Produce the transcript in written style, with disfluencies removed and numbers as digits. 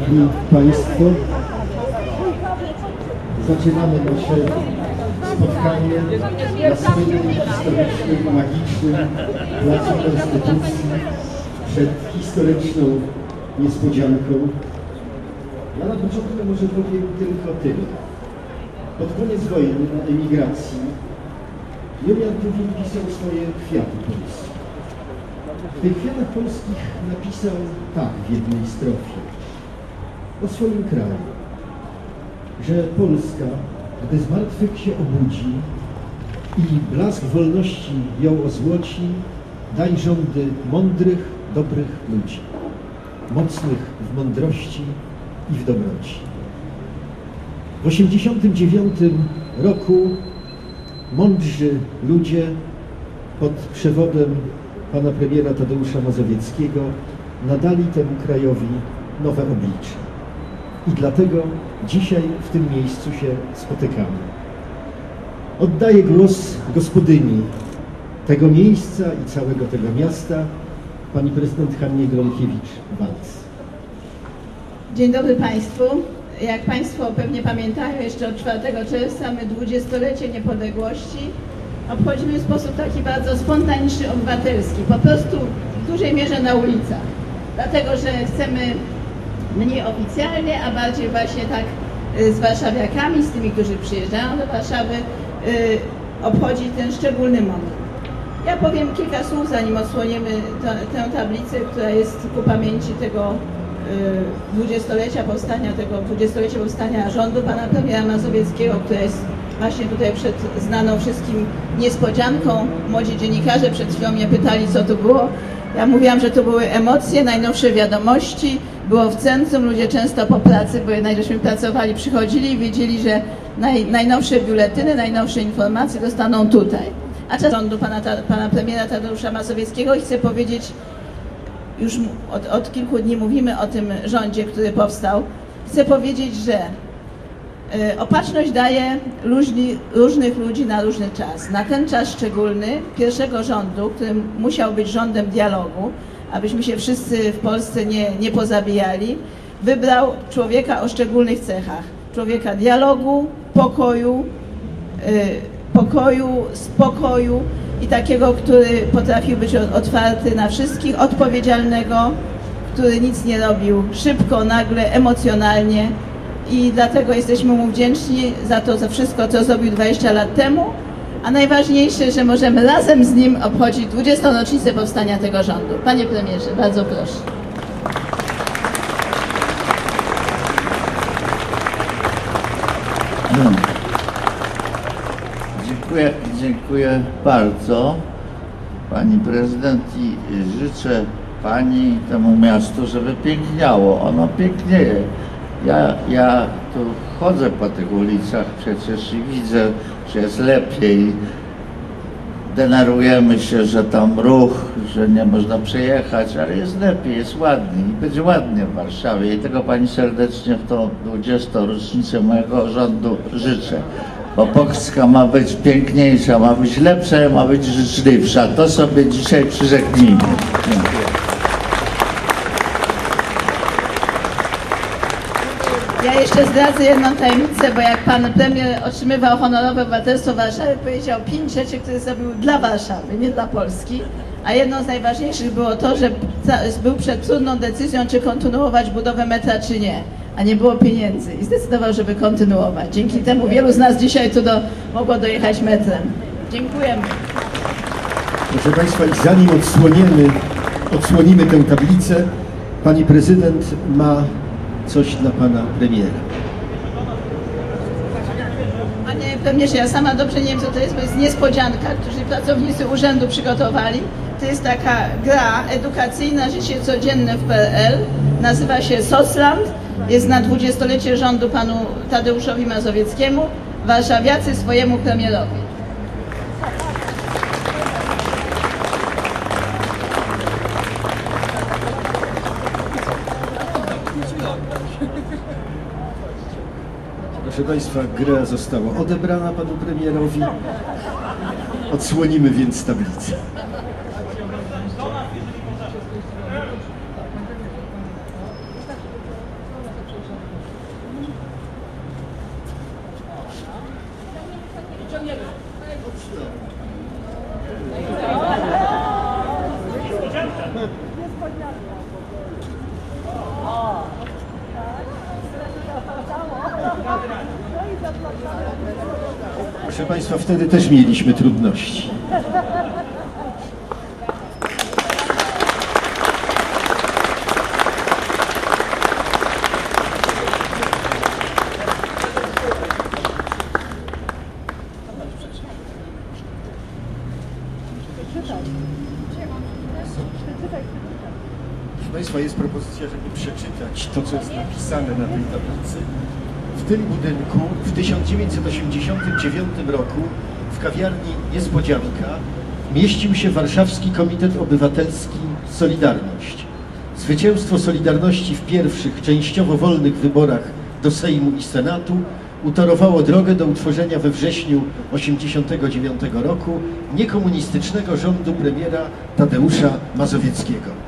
Szanowni Państwo, zaczynamy nasze spotkanie na słynnym, historycznym, magicznym Placu Konstytucji przed historyczną niespodzianką. Ja na początku może powiem tylko tyle. Pod koniec wojny na emigracji Julian Tuwim pisał swoje kwiaty polskie. W tych kwiatach polskich napisał tak w jednej strofie o swoim kraju, że Polska, gdy z martwych się obudzi i blask wolności ją ozłoci, daj rządy mądrych, dobrych ludzi, mocnych w mądrości i w dobroci. W 1989 roku mądrzy ludzie pod przewodem pana premiera Tadeusza Mazowieckiego nadali temu krajowi nowe oblicze. I dlatego dzisiaj w tym miejscu się spotykamy. Oddaję głos gospodyni tego miejsca i całego tego miasta, pani prezydent Hannie Gronkiewicz-Waltz. Dzień dobry Państwu. Jak Państwo pewnie pamiętają, jeszcze od 4 czerwca my 20-lecie niepodległości obchodzimy w sposób taki bardzo spontaniczny, obywatelski, po prostu w dużej mierze na ulicach. Dlatego, że chcemy mniej oficjalnie, a bardziej właśnie tak z warszawiakami, z tymi, którzy przyjeżdżają do Warszawy, obchodzić ten szczególny moment. Ja powiem kilka słów, zanim odsłonimy tę tablicę, która jest ku pamięci tego 20-lecia powstania rządu pana premiera Mazowieckiego, która jest właśnie tutaj przed znaną wszystkim niespodzianką. Młodzi dziennikarze przed chwilą mnie pytali, co to było. Ja mówiłam, że to były emocje, najnowsze wiadomości, było w centrum, ludzie często po pracy, bo jednak żeśmy pracowali, przychodzili i wiedzieli, że najnowsze biuletyny, najnowsze informacje dostaną tutaj. A czas rządu pana premiera Tadeusza Mazowieckiego i chcę powiedzieć, już od kilku dni mówimy o tym rządzie, który powstał. Chcę powiedzieć, że opatrzność daje różnych ludzi na różny czas. Na ten czas szczególny pierwszego rządu, który musiał być rządem dialogu, abyśmy się wszyscy w Polsce nie pozabijali, wybrał człowieka o szczególnych cechach. Człowieka dialogu, spokoju i takiego, który potrafił być otwarty na wszystkich, odpowiedzialnego, który nic nie robił szybko, nagle, emocjonalnie i dlatego jesteśmy mu wdzięczni za wszystko, co zrobił 20 lat temu, a najważniejsze, że możemy razem z nim obchodzić 20. rocznicę powstania tego rządu. Panie premierze, bardzo proszę. Dziękuję bardzo pani prezydent i życzę pani i temu miastu, żeby piękniało. Ono pięknieje. Ja tu chodzę po tych ulicach przecież i widzę, że jest lepiej. Denerwujemy się, że tam ruch, że nie można przejechać, ale jest lepiej, jest ładniej i będzie ładnie w Warszawie i tego pani serdecznie w tą 20. rocznicę mojego rządu życzę. Bo Polska ma być piękniejsza, ma być lepsza, ma być życzliwsza. To sobie dzisiaj przyrzeknijmy. Dziękuję. Ja jeszcze zdradzę jedną tajemnicę, bo jak pan premier otrzymywał honorowe obywatelstwo Warszawy, powiedział 5 rzeczy, które zrobił dla Warszawy, nie dla Polski. A jedną z najważniejszych było to, że był przed trudną decyzją, czy kontynuować budowę metra, czy nie. A nie było pieniędzy i zdecydował, żeby kontynuować. Dzięki temu wielu z nas dzisiaj tu mogło dojechać metrem. Dziękujemy. Proszę Państwa, i zanim odsłonimy tę tablicę, pani prezydent ma coś dla pana premiera. Panie premierze, ja sama dobrze nie wiem, co to jest, bo jest niespodzianka, którzy pracownicy urzędu przygotowali. To jest taka gra edukacyjna, życie codzienne w PRL. Nazywa się Sosland. Jest na 20-lecie rządu panu Tadeuszowi Mazowieckiemu. Warszawiacy swojemu premierowi. Proszę Państwa, gra została odebrana panu premierowi. Odsłonimy więc tablicę. Proszę Państwa, wtedy też mieliśmy trudności. Proszę Państwa, jest propozycja, żeby przeczytać to, co jest napisane na tej tablicy. W tym budynku w 1989 roku w kawiarni Niespodzianka mieścił się Warszawski Komitet Obywatelski Solidarność. Zwycięstwo Solidarności w pierwszych, częściowo wolnych wyborach do Sejmu i Senatu utorowało drogę do utworzenia we wrześniu 1989 roku niekomunistycznego rządu premiera Tadeusza Mazowieckiego.